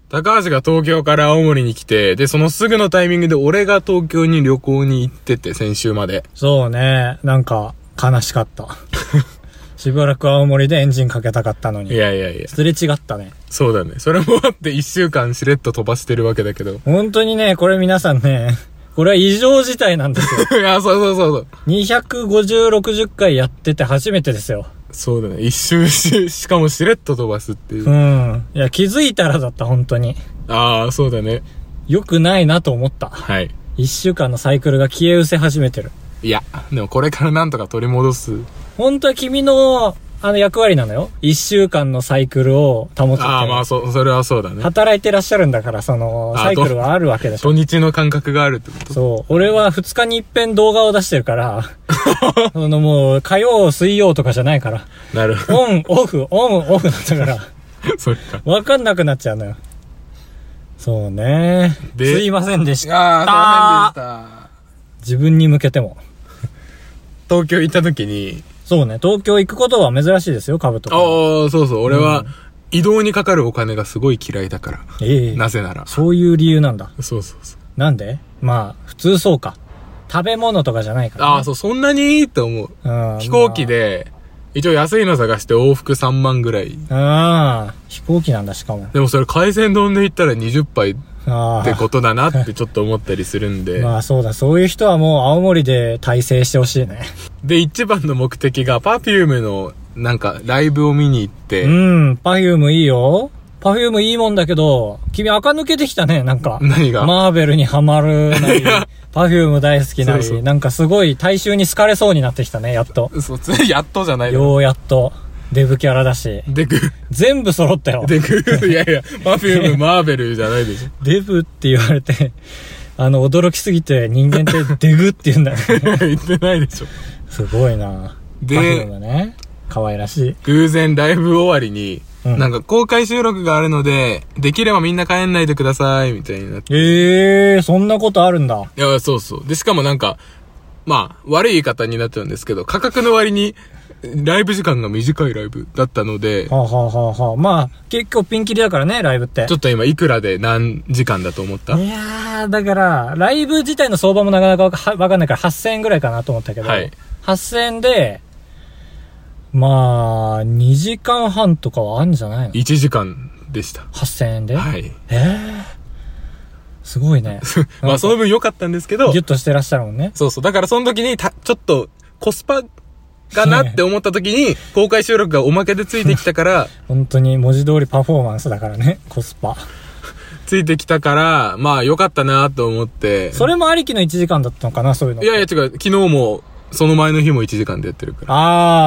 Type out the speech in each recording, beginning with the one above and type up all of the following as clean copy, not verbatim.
高橋が東京から青森に来て、で、そのすぐのタイミングで俺が東京に旅行に行ってて、先週まで。 そうね。なんか、悲しかった。しばらく青森でエンジンかけたかったのに。 いやいやいや。 すれ違ったね。 そうだね。それもあって1週間しれっと飛ばしてるわけだけど。 本当にね、これ皆さんね、これは異常事態なんですよ。 いや、そう。 250、60回やってて初めてですよ。 そうだね。一周しかもしれっと飛ばすっていう。 うん。いや、気づいたらだった、本当に。 ああ、そうだね。 良くないなと思った。 はい。 1週間のサイクルが消え失せ始めてる。 いや、でもこれからなんとか取り戻す。 本当は君の、役割なのよ。1週間のサイクルを保つって。 ああ、まあそれはそうだね。 働いてらっしゃるんだから、サイクルはあるわけでしょ。 土日の感覚があるってこと？ そう。俺は2日に一遍動画を出してるから、もう、火曜、水曜とかじゃないから。 なるほど。 オン、オフだったから。 そっか。 わかんなくなっちゃうのよ。そうね。すいませんでした。 ああ、すいませんでした。 自分に向けても。 東京行った時に、 そうね、東京行くことは珍しいですよ、株とか。 ああ、そう。俺は、移動にかかるお金がすごい嫌いだから。なぜなら。 そういう理由なんだ。 そう。 なんで？まあ、普通そうか。食べ物とかじゃないから、ね。 ああ、そう、そんなにいいって思う。飛行機で、一応安いの探して往復3万ぐらい。 飛行機なんだ、しかも。 でもそれ海鮮丼で行ったら20杯ってことだなってちょっと思ったりするんで。 まあそうだ、そういう人はもう青森で大成してほしいね。 で、一番の目的が Perfume のなんかライブを見に行って。 Perfume いいよ。Perfume いいもんだけど、君垢抜けてきたね、なんか。 何が？ マーベルにハマるなり、Perfume 大好きなり、そうなんかすごい大衆に好かれそうになってきたね、やっと。 そう、やっとじゃないの。 ようやっと。デブキャラだし。全部揃ったよ。 いや、Perfume マーベルじゃないでしょ。 デブって言われて、驚きすぎて人間ってデグって言うんだよね。 言ってないでしょ。 すごいな。 で、 Perfume ね。可愛らしい。 偶然ライブ終わりに、なんか公開収録があるので、できればみんな帰んないでください、みたいになって。 そんなことあるんだ。 いや、そう。で、しかもなんか、まあ、悪い言い方になっちゃうんですけど、価格の割に、ライブ時間が短いライブだったので。 まあ、結構ピンキリだからね、ライブって。 ちょっと今いくらで何時間だと思った？ いやー、だから、ライブ自体の相場もなかなかわかんないから8000円ぐらいかなと思ったけど。はい。8000円で、まあ、2時間半とかはあるんじゃないの？ 1 時間でした。 8000円で？ はい。 すごいね。 まあ、その分良かったんですけど。 ギュッとしてらっしゃるもんね。 そう。だからその時にちょっとコスパかなって思った時に、公開収録がおまけでついてきたから。 本当に文字通りパフォーマンスだからね、コスパ。 ついてきたから、まあ良かったなと思って。 それもありきの1時間だったのかな、そういうの。 いや違う。昨日も、その前の日も1時間でやってるから。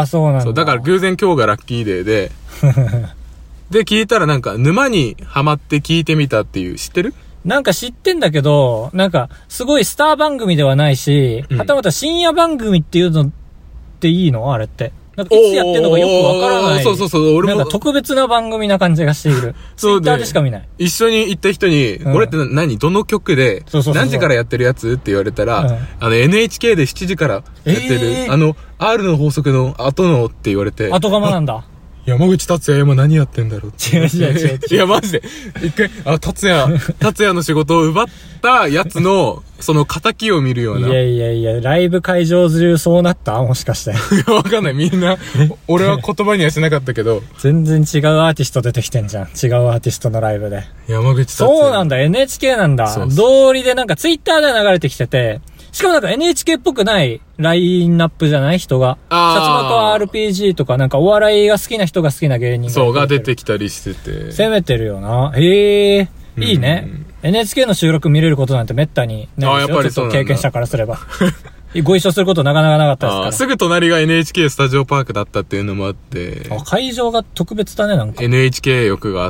そうなんだ。そう、 だから偶然今日がラッキーデーで。で、聞いたらなんか、沼にハマって聞いてみたっていう、知ってる？ なんか知ってんだけど、なんか、すごいスター番組ではないし、はたまた深夜番組っていうのっていいの？あれって。なんかいつやってんのかよくわからない。 そう。俺も。 なんか特別な番組な感じがしている。ツイッターでしか見ない。 一緒に行った人に、これって何？どの曲で、何時からやってるやつって言われたら、NHK で7時からやってる、R の法則の後のって言われて。 後釜なんだ。 山口達也今何やってんだろうって。 違う。 いや、マジで。一回、達也の仕事を奪ったやつの、その仇を見るような。 いや、ライブ会場中そうなったもしかして。 いや、わかんない。みんな、俺は言葉にはしなかったけど。 全然違うアーティスト出てきてんじゃん。違うアーティストのライブで。 山口達也。 そうなんだ、NHK なんだ。道理でなんかツイッターで流れてきてて、しかもなんか NHK っぽくないラインナップじゃない人が。薩摩川 RPG とかなんかお笑いが好きな人が好きな芸人が。 そうが出てきたりしてて。 攻めてるよな。いいね。NHK の収録見れることなんてめったにね。 やっぱりそうなんだ。 経験者からすれば。ご一緒することなかなかなかったですから。 すぐ隣が NHK スタジオパークだったっていうのもあって。 会場が特別だね、なんか。 NHK 欲があって。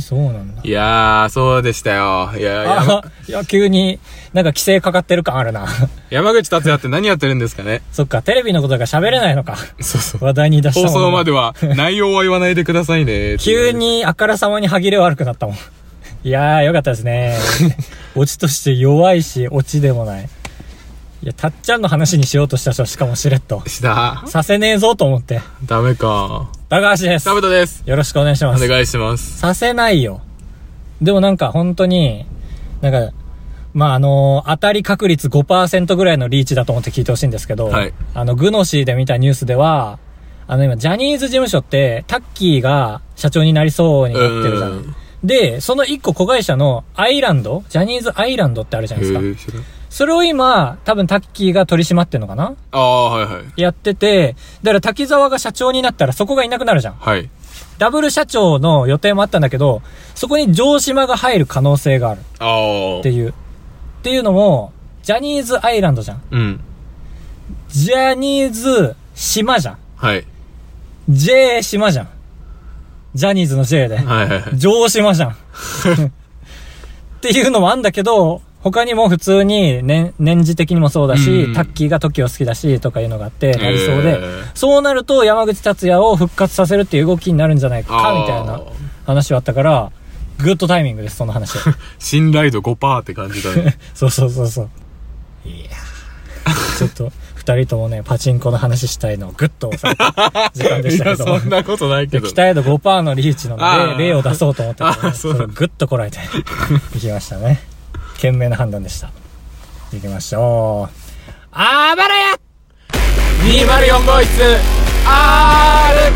そうなんだ。 いやー、そうでしたよ。いや、 急に、なんか規制かかってる感あるな。 山口達也って何やってるんですかね？ そっか、テレビのことが喋れないのか。 そう。 話題に出したもん。 放送までは、内容は言わないでくださいね。 急にあからさまに歯切れ悪くなったもん。いやー、よかったですね。オチとして弱いし、オチでもない。いや、たっちゃんの話にしようとしたしかもしれっと。させねえぞと思って。 ダメか。 高橋です。 カブトです。 よろしくお願いします。 お願いします。 させないよ。 でもなんか本当に、なんか、まあ、当たり確率 5% ぐらいのリーチだと思って聞いてほしいんですけど、 はい。 グノシーで見たニュースでは、今、ジャニーズ事務所って、タッキーが社長になりそうになってるじゃん。で、その一個子会社のアイランド、ジャニーズアイランドってあるじゃないですか。それを今、多分タッキーが取り締まってんのかな？ ああ、はいはい。 やってて、だから滝沢が社長になったらそこがいなくなるじゃん。 はい。 ダブル社長の予定もあったんだけど、そこに城島が入る可能性がある。っていう。っていうのも、ジャニーズアイランドじゃん。 うん。 ジャニーズ島じゃん。 はい。 J 島じゃん。ジャニーズの J で。 はいはいはい。 城島じゃん。っていうのもあんだけど、他にも普通に年次的にもそうだし、タッキーが TOKIO 好きだしとかいうのがあってなりそうで、そうなると山口達也を復活させるっていう動きになるんじゃないかみたいな話はあったから、グッドタイミングです、その話。 信頼度 5% って感じだね。 そうそうそうそう。いやちょっと二人ともね、パチンコの話したいのをグッと抑えた時間でしたけど。 いや、そんなことないけど。 期待度 5% のリーチの例を出そうと思ったから、ね、 それをグッとこらえていきましたね。賢明な判断でした。行きましょう。あばらや !204 号室 R!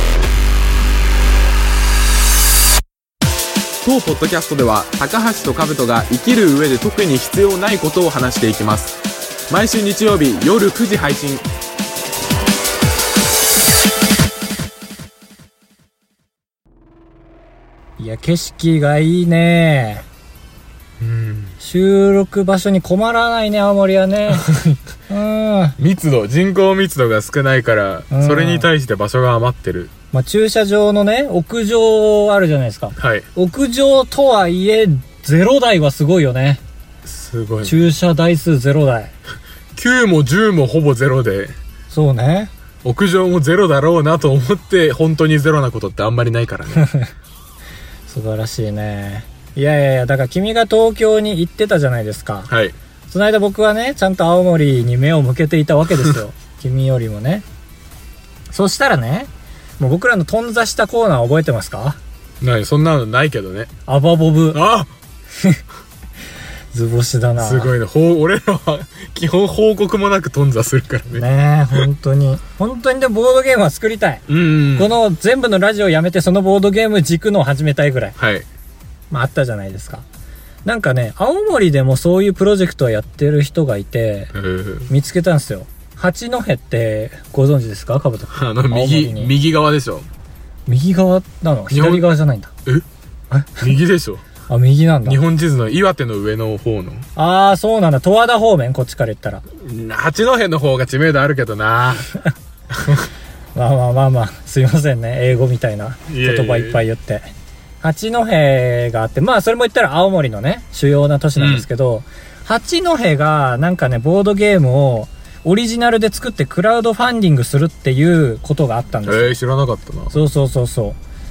当ポッドキャストでは高橋と兜が生きる上で特に必要ないことを話していきます。毎週日曜日夜9時配信。 いや、景色がいいね。収録場所に困らないね、青森はね。 人口密度が少ないから、それに対して場所が余ってる。 まあ、駐車場のね、屋上あるじゃないですか。 はい。 屋上とはいえ、0台はすごいよね。 すごい。 駐車台数0台。 9も10もほぼ0で。 そうね。 屋上も0だろうなと思って、本当に0なことってあんまりないからね。 素晴らしいね。いやいやいや、だから君が東京に行ってたじゃないですか。 はい。 その間僕はね、ちゃんと青森に目を向けていたわけですよ。君よりもね。そしたらね、もう僕らの頓挫したコーナー覚えてますか？ そんなのないけどね。 アバボブ。 あ図星だな。 すごいね。俺らは基本報告もなく頓挫するからね。 ねえ、本当に。本当にでボードゲームは作りたい。この全部のラジオをやめてそのボードゲーム軸のを始めたいぐらい。 はい。 まああったじゃないですか。なんかね、青森でもそういうプロジェクトをやってる人がいて、見つけたんですよ。八戸ってご存知ですか？かぶと。 右側でしょ。 右側なの？左側じゃないんだ。 右でしょ。 あ、右なんだ。 日本地図の岩手の上の方の。 ああ、そうなんだ。十和田方面、こっちから言ったら。 八戸の方が知名度あるけどな。 まあ、すいませんね。英語みたいな言葉いっぱい言って。八戸があって、まあそれも言ったら青森のね、主要な都市なんですけど、八戸がなんかね、ボードゲームをオリジナルで作ってクラウドファンディングするっていうことがあったんですよ。 知らなかったな。 そう。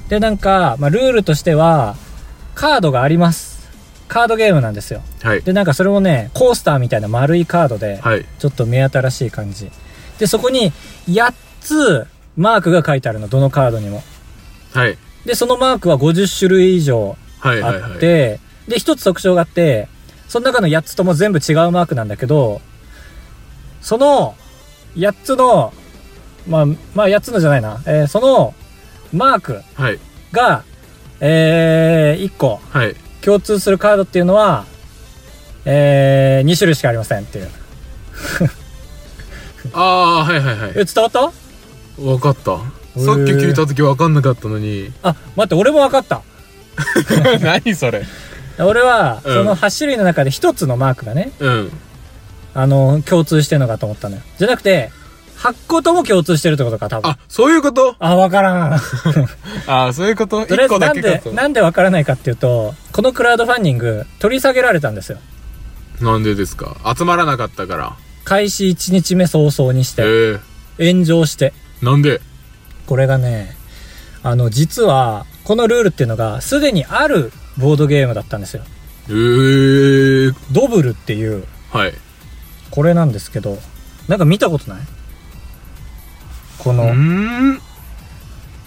で、なんか、まあルールとしては、カードがあります。カードゲームなんですよ。 はい。 で、なんかそれもね、コースターみたいな丸いカードで、 はい。 ちょっと目新しい感じ。で、そこに8つマークが書いてあるの、どのカードにも。 はい。 で、そのマークは50種類以上あって、で、一つ特徴があって、その中の8つとも全部違うマークなんだけど、その8つの、まあ8つのじゃないな、そのマークが、1個、共通するカードっていうのは、2種類しかありませんっていう。 はい。 伝わった？ わかった。さっき聞いた時分かんなかったのに。 あ、待って、俺も分かった。 何それ。 俺は、その8種類の中で1つのマークがね、共通してるのかと思ったのよ。じゃなくて、8個とも共通してるってことか、多分。 あ、そういうこと？ 分からん。 そういうこと？ とりあえずなんで分からないかっていうと、このクラウドファンディング、取り下げられたんですよ。 なんでですか？集まらなかったから。 開始1日目早々にして、炎上して。 なんで？ これがね、実は、このルールっていうのが、すでにあるボードゲームだったんですよ。ドブルっていう、 はい。 これなんですけど、なんか見たことない？この、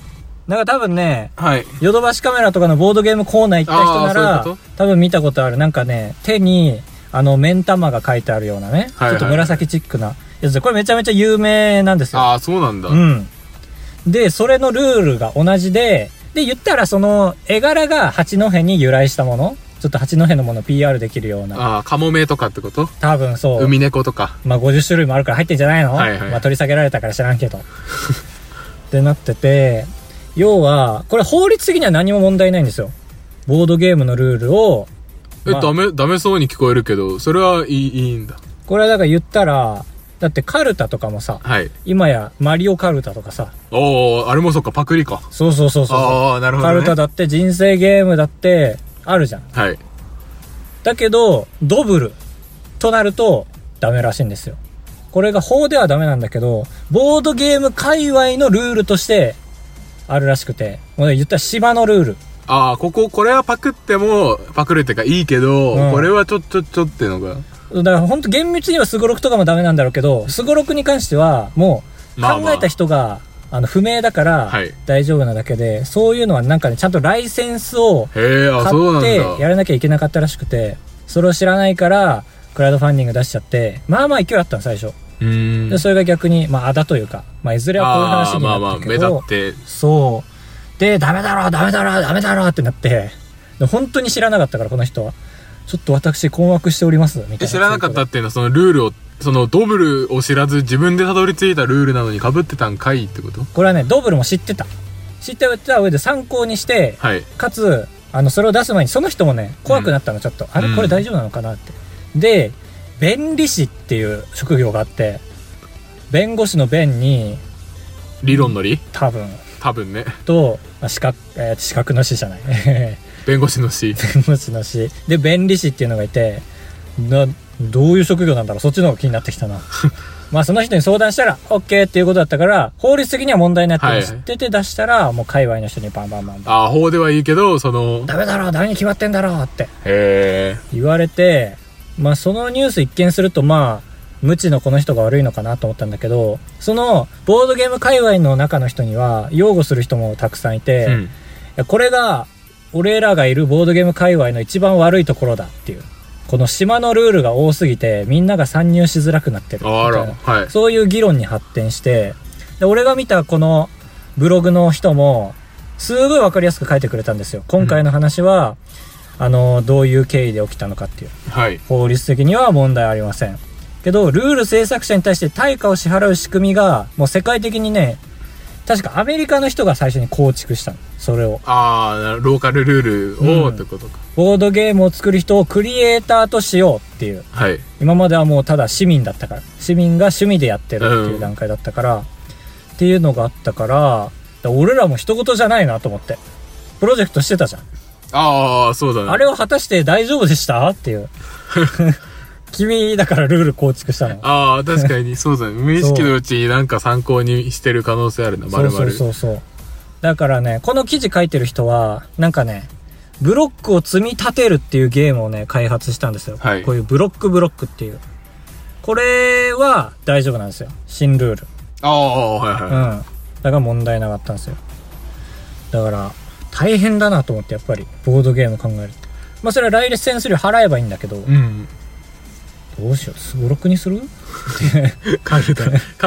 なんか多分ね、 はい。 ヨドバシカメラとかのボードゲームコーナー行った人なら、多分見たことある。なんかね、手に、目ん玉が書いてあるようなね、はいはい、ちょっと紫チックなやつで、これめちゃめちゃ有名なんですよ。 ああ、そうなんだ。 うん。で、それのルールが同じで、言ったらその絵柄が八戸に由来したもの、ちょっと八戸のものを PR できるような。 ああ、カモメとかってこと？ 多分そう。 海猫とか。 まあ50種類もあるから入ってんじゃないの？ はいはい。 まあ取り下げられたから知らんけど。ってなってて、要は、これ法律的には何も問題ないんですよ。ボードゲームのルールを。 まあ、ダメそうに聞こえるけど、それはいいんだ。 これはだから言ったら、だってカルタとかもさ、 はい、 今やマリオカルタとかさ。 おー、あれもそっか、パクリか。 そう。 ああ、なるほど、ね。 カルタだって人生ゲームだってあるじゃん。 はい。 だけど、ドブルとなるとダメらしいんですよ。これが法ではダメなんだけど、ボードゲーム界隈のルールとしてあるらしくて、もう言ったら芝のルール。 ああ、これはパクっても、パクるってかいいけど、これはちょってのが。 だからほんと厳密にはスゴロクとかもダメなんだろうけど、スゴロクに関してはもう考えた人が、不明だから大丈夫なだけで、そういうのはなんかね、ちゃんとライセンスを買ってやらなきゃいけなかったらしくて、それを知らないからクラウドファンディング出しちゃって、まあまあ勢いあったの最初。でそれが逆にまああだというか、まあいずれはこういう話になったけど、 目立ってそうでダメだろってなって、本当に知らなかったからこの人は。ちょっと私困惑しておりますみたいな。 知らなかったっていうのはそのルールを、そのドブルを知らず自分でたどり着いたルールなのに被ってたんかいってこと？ これはね、ドブルも知ってた上で参考にして、 はい、 かつそれを出す前にその人もね怖くなったの、ちょっと、あれこれ大丈夫なのかなって。で弁理士っていう職業があって、弁護士の弁に理論の理？多分ね。 と資格の士じゃない弁護士の士で弁理士っていうのがいて、どういう職業なんだろう、そっちの方が気になってきたなまあその人に相談したら OK っていうことだったから、法律的には問題ないって知ってて出したら、もう界隈の人にバンバンああ、法ではいいけどダメだろ、ダメに決まってんだろってへ言われて、まあそのニュース一見するとまあ無知のこの人が悪いのかなと思ったんだけど、そのボードゲーム界隈の中の人には擁護する人もたくさんいて、いやこれが俺らがいるボードゲーム界隈の一番悪いところだっていう、この島のルールが多すぎてみんなが参入しづらくなってるみたいな、 はい、 そういう議論に発展して、で俺が見たこのブログの人もすごい分かりやすく書いてくれたんですよ。今回の話は、どういう経緯で起きたのかっていう、 はい、 法律的には問題ありませんけど、ルール制作者に対して対価を支払う仕組みがもう世界的にね、確かアメリカの人が最初に構築したの、それを。 ああ、ローカルルールを、ってことか。 ボードゲームを作る人をクリエイターとしようっていう。 はい。 今まではもうただ市民だったから、市民が趣味でやってるっていう段階だったから、っていうのがあったから、俺らも人事じゃないなと思ってプロジェクトしてたじゃん。 ああ、そうだね。 あれは果たして大丈夫でしたっていう君だからルール構築したの。 ああ、確かにそうだね。無意識のうちになんか参考にしてる可能性あるな、丸々。 そうだからね、この記事書いてる人はなんかね、ブロックを積み立てるっていうゲームをね開発したんですよ、 はい、 こういうブロックっていう、これは大丈夫なんですよ、新ルール。 ああ、はいはい、 だから問題なかったんですよ。だから大変だなと思って、やっぱりボードゲーム考えると、まあそれはライセンス料払えばいいんだけど、どうしよう、スゴロクにするカル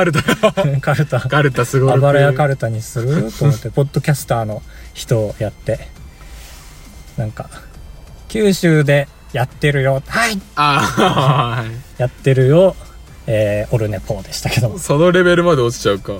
タスゴロク、 あばらやカルタにすると思ってポッドキャスターの人をやって、なんか九州でやってるよ、はいやってるよ、オルネポーでしたけど、 そのレベルまで落ちちゃうか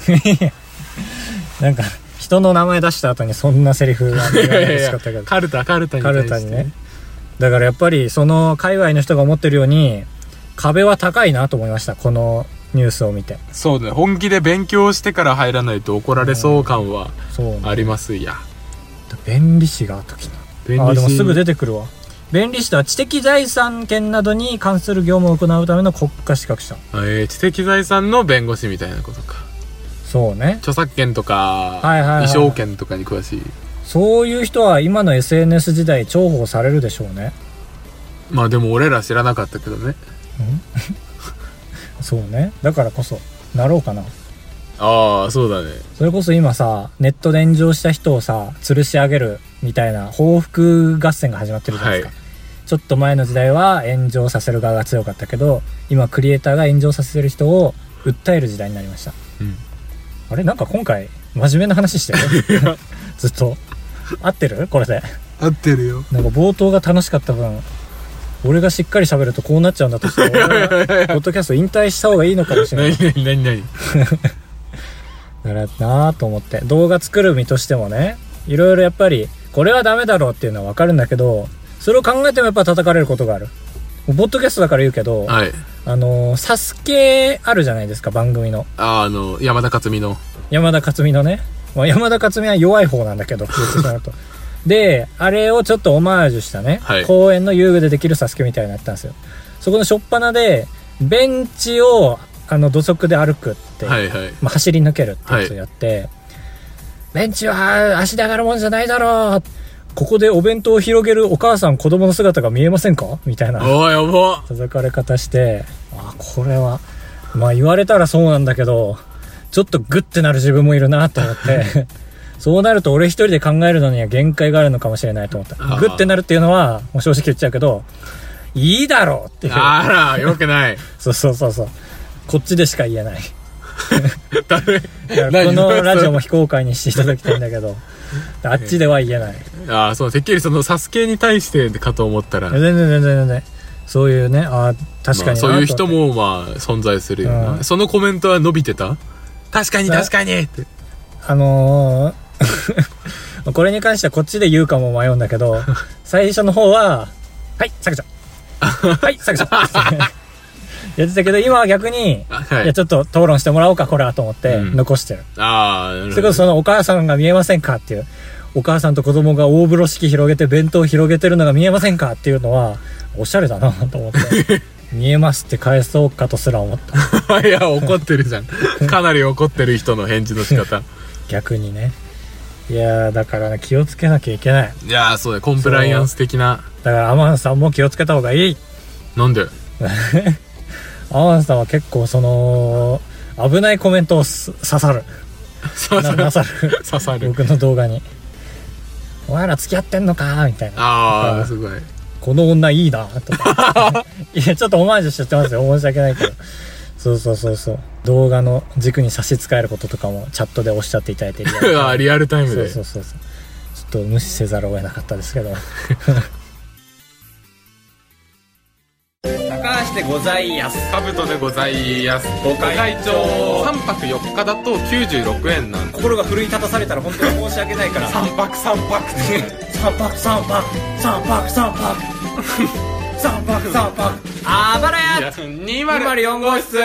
なんか人の名前出した後にそんなセリフが言われてほしかったけど、 カルタにね。 だからやっぱりその界隈の人が思ってるように壁は高いなと思いました、このニュースを見て。 そうだね、本気で勉強してから入らないと怒られそう感はありますや。 弁理士が時のでもすぐ出てくるわ。弁理士とは知的財産権などに関する業務を行うための国家資格者。 知的財産の弁護士みたいなことか。 そうね、 著作権とか、衣装権とかに詳しい。 そういう人は今の SNS 時代重宝されるでしょうね。 まあでも俺ら知らなかったけどねそうね、だからこそなろうかな。 ああ、そうだね。 それこそ今さ、ネットで炎上した人をさ、吊るし上げるみたいな報復合戦が始まってるじゃないですか。はい、ちょっと前の時代は炎上させる側が強かったけど、今クリエイターが炎上させる人を訴える時代になりました。うん、あれなんか今回真面目な話してるずっと。合ってるこれで。 合ってるよ。 なんか冒頭が楽しかった分、俺がしっかり喋るとこうなっちゃうんだとしたら、俺はポッドキャスト引退した方がいいのかもしれない。 何だからなぁと思って、動画作る身としてもね、いろいろやっぱりこれはダメだろうっていうのは分かるんだけど、それを考えてもやっぱ叩かれることがある。ポッドキャストだから言うけど、はい、サスケあるじゃないですか、番組の。 山田勝美のね。まあ、山田勝美は弱い方なんだけど、言ってしまうと。で、あれをちょっとオマージュしたね、はい、公園の遊具でできるサスケみたいになったんですよ。そこの初っ端で、ベンチを、土足で歩くって、はいはい、まあ、走り抜けるってやつをやって、はい、ベンチは足で上がるもんじゃないだろう、ここでお弁当を広げるお母さん子供の姿が見えませんかみたいな叩かれ方して、これはまあ言われたらそうなんだけど、ちょっとグッてなる自分もいるなと思ってそうなると俺一人で考えるのには限界があるのかもしれないと思った。グッてなるっていうのはもう正直言っちゃうけど、いいだろうっていう。 あら、よくないそうこっちでしか言えないこのラジオも非公開にしていただきたいんだけどあっちでは言えない。 ああ、そう、てっきりそのサスケに対してかと思ったら。 全然。そういうね、確かに、 そういう人もまあ存在するよな。うん、そのコメントは伸びてた？確かにって。 これに関してはこっちで言うかも迷うんだけど、最初の方は、はい、削除。はい、削除。やってたけど、今は逆に、はい、いや、ちょっと討論してもらおうか、これはと思って残してる。 ああ、なるほど。 それこそそのお母さんが見えませんかっていう、お母さんと子供が大風呂敷広げて弁当を広げてるのが見えませんかっていうのは、おしゃれだなと思って、見えますって返そうかとすら思った。 いや、怒ってるじゃん。かなり怒ってる人の返事の仕方。 逆にね。いやだからね、気をつけなきゃいけない。 いやそうだよ、コンプライアンス的な。 だからアマンさんも気をつけた方がいい。 なんでアマンさんは結構危ないコメントを刺さる。 刺さる。 僕の動画に。お前ら付き合ってんのかみたいな。 ああ、すごい。 この女いいなとか。いや、ちょっとオマージュしちゃってますよ。申し訳ないけど。そう。動画の軸に差し支えることとかもチャットでおっしゃっていただいてリアルタイムで。 そう。ちょっと無視せざるを得なかったですけど。高橋でございやす。 カブトでございやす。ご会長。3泊4日だと96円なんで。 心が奮い立たされたら本当に申し訳ないから。 3泊3泊あばらや204号室。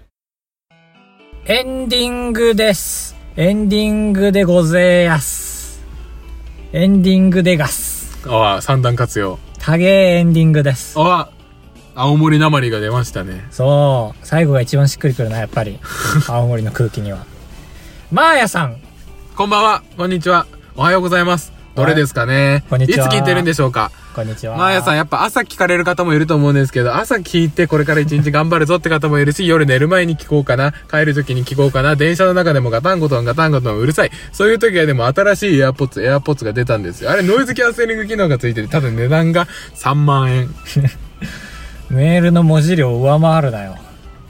エンディングです。エンディングでごぜやす。エンディングでガス。 三段活用。 多芸エンディングです。 青森なまりが出ましたね。 そう。最後が一番しっくりくるな、やっぱり。青森の空気には。マーヤさん。 こんばんは。こんにちは。おはようございます。どれですかね。 こんにちは。 いつ聞いてるんでしょうか。 こんにちは。 マーヤさん、やっぱ朝聞かれる方もいると思うんですけど、朝聞いてこれから一日頑張るぞって方もいるし、夜寝る前に聞こうかな、帰る時に聞こうかな、電車の中でもガタンゴトンうるさい。そういう時はでも新しいエアポッツが出たんですよ。あれノイズキャンセリング機能がついてて、ただ値段が3万円。 メールの文字量上回るなよ。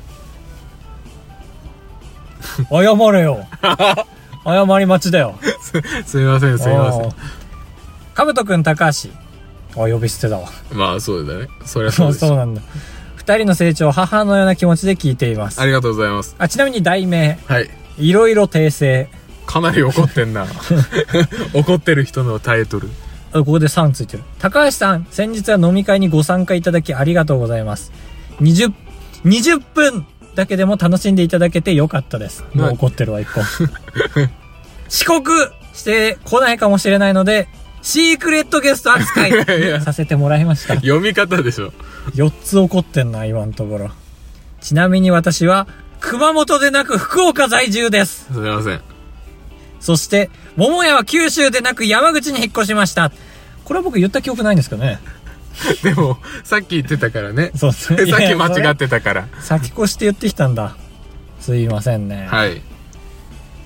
謝れよ。謝り待ちだよ。 すいません。 かぶとくん、高橋。呼び捨てだわ。 まあそうだね。そりゃそうです。 そうなんだ。二人の成長を母のような気持ちで聞いています。 ありがとうございます。 ちなみに題名。 はい。 いろいろ訂正。 かなり怒ってんな。怒ってる人のタイトル。 ここで3ついてる。高橋さん、先日は飲み会にご参加いただきありがとうございます。20分だけでも楽しんでいただけてよかったです。もう怒ってるわ、一本。遅刻して来ないかもしれないので、シークレットゲスト扱いさせてもらいました。 読み方でしょ。 4つ怒ってんな、今のところ。ちなみに私は、熊本でなく福岡在住です。 すいません。 そして、桃屋は九州でなく山口に引っ越しました。これは僕言った記憶ないんですかね。 でも、さっき言ってたからね。 そうさっき間違ってたから。 先越して言ってきたんだ。すいませんね。 はい。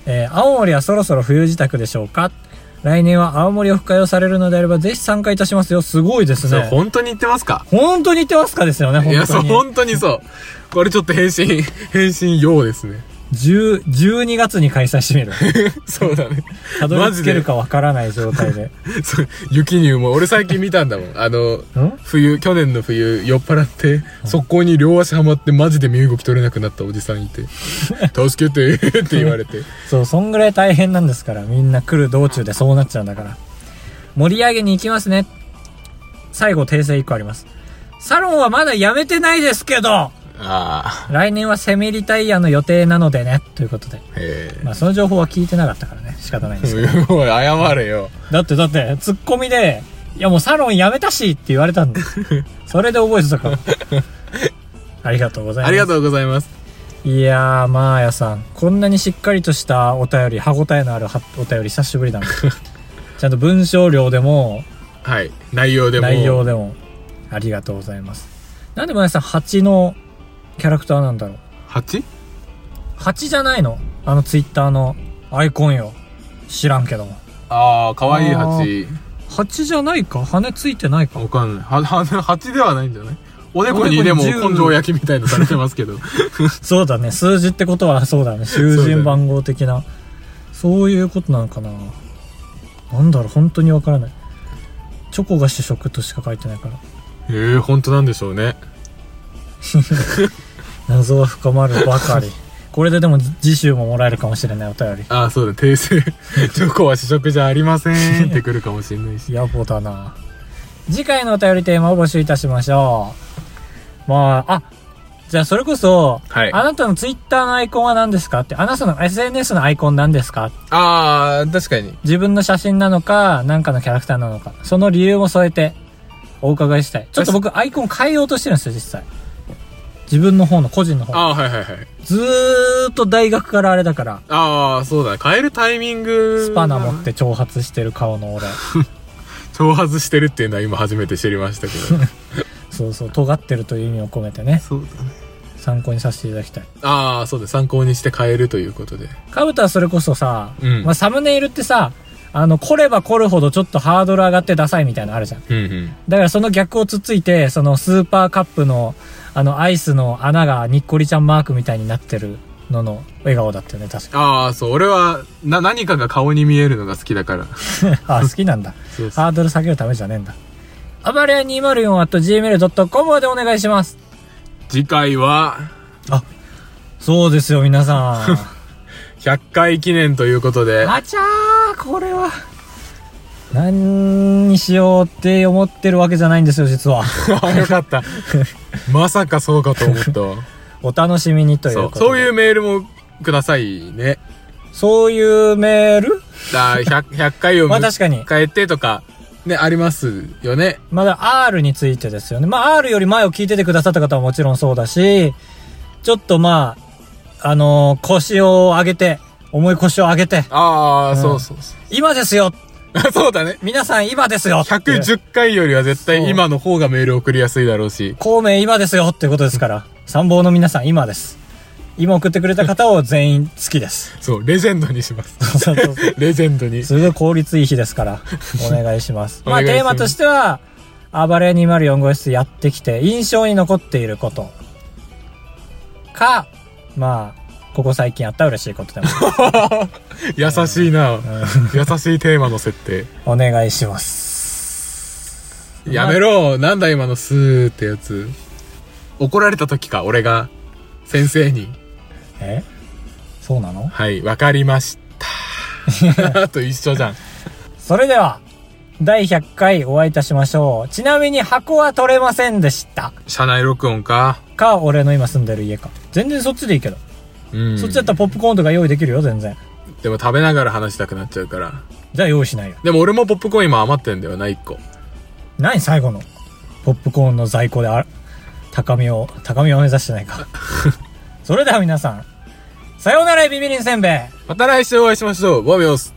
青森はそろそろ冬支度でしょうか。来年は青森オフ会をされるのであればぜひ参加いたしますよ。すごいですね。 そう、本当に言ってますか？ 本当に言ってますかですよね、本当に。 いや、そう、本当にそう。これちょっと返信用ですね。 12月に開催してみる。 そうだね。 たどり着けるかわからない状態で。 そう、雪入も、俺最近見たんだもん。去年の冬、酔っ払って、速攻に両足はまってマジで身動き取れなくなったおじさんいて、助けてって言われて。 そう、そんぐらい大変なんですから、みんな来る道中でそうなっちゃうんだから。盛り上げに行きますね。最後訂正1個あります。サロンはまだやめてないですけど、来年はセミリタイヤの予定なのでね、ということで。まあその情報は聞いてなかったからね、仕方ないんですけど。 おい、謝れよ。 だって、ツッコミで、いやもうサロンやめたしって言われたんだ。それで覚えてたから。ありがとうございます。 ありがとうございます。 いやー、まあやさん、こんなにしっかりとしたお便り、歯応えのあるお便り久しぶりだな。ちゃんと文章量でも、 はい、内容でも、 ありがとうございます。なんでまやさん、蜂のキャラクターなんだろう。蜂じゃないの？ツイッターのアイコンよ。知らんけども。 かわいい蜂。 蜂じゃないか？羽ついてないか？ わかんない。蜂ではないんじゃない？おでこにでも根性焼きみたいのされてますけど。 そうだね。数字ってことはそうだね。囚人番号的な。そういうことなのかな。なんだろう、本当にわからない。チョコが主食としか書いてないから。 本当なんでしょうね。 謎は深まるばかり。これででも次週ももらえるかもしれないお便り。 そうだ、訂正。チョコは主食じゃありませんってくるかもしれないし。 野暮だな。次回のお便りテーマを募集いたしましょう。じゃあそれこそ、はい、あなたのツイッターのアイコンは何ですかって、あなたの SNS のアイコン何ですか？ 確かに。 自分の写真なのか、なんかのキャラクターなのか、その理由も添えてお伺いしたい。ちょっと僕アイコン変えようとしてるんですよ、実際。自分の方の個人の方。ずーっと大学からあれだから。 そうだね。変えるタイミング。 スパナ持って挑発してる顔の俺。 挑発してるっていうのは今初めて知りましたけど。 そうそう、尖ってるという意味を込めてね。 そうだね。 参考にさせていただきたい。 そうです。参考にして変えるということで。 かぶとはそれこそさ、サムネイルってさ、凝れば凝るほどちょっとハードル上がってダサいみたいなのあるじゃん。だからその逆をつっついて、そのスーパーカップのアイスの穴がにっこりちゃんマークみたいになってるのの笑顔だったよね、確か。 そう、俺は何かが顔に見えるのが好きだから。 好きなんだ。そうハードル下げるためじゃねえんだ。あばれや 204@gmail.com までお願いします。 次回は、 そうですよ、皆さん。 100回記念ということで。 これは。何にしようって思ってるわけじゃないんですよ、実は。 よかった。まさかそうかと思った。 お楽しみにということで。 そういうメールもくださいね。 そういうメール ？100回を確かに変えてとか、ね、ありますよね。 まだ R についてですよね。R より前を聞いててくださった方はもちろんそうだし、ちょっと腰を上げて、重い腰を上げて。 そう。 今ですよ。 そうだね。 皆さん今ですよ。 110回よりは絶対今の方がメール送りやすいだろうし。 孔明今ですよってことですから。参謀の皆さん今です。今送ってくれた方を全員好きです。 そう、レジェンドにします。レジェンドに。 すごい効率いい日ですから、お願いします。テーマとしては、暴れ204号室やってきて印象に残っていることか、ここ最近あった嬉しいことでも。 優しいな、優しいテーマの設定。 お願いします。 やめろ、なんだ今のスーってやつ。怒られた時か、俺が先生に。 そうなの？ はい、わかりました。と一緒じゃん。 それでは、第100回お会いいたしましょう。ちなみに箱は取れませんでした。 車内録音か。 俺の今住んでる家か。全然そっちでいいけど。そっちだったらポップコーンとか用意できるよ、全然。 でも食べながら話したくなっちゃうから。 じゃあ用意しないよ。 でも俺もポップコーン今余ってんだよな、1個。 何最後のポップコーンの在庫で高みを目指してないか。それでは皆さん、さようならビビリンせんべい。 また来週お会いしましょう。ボミオス。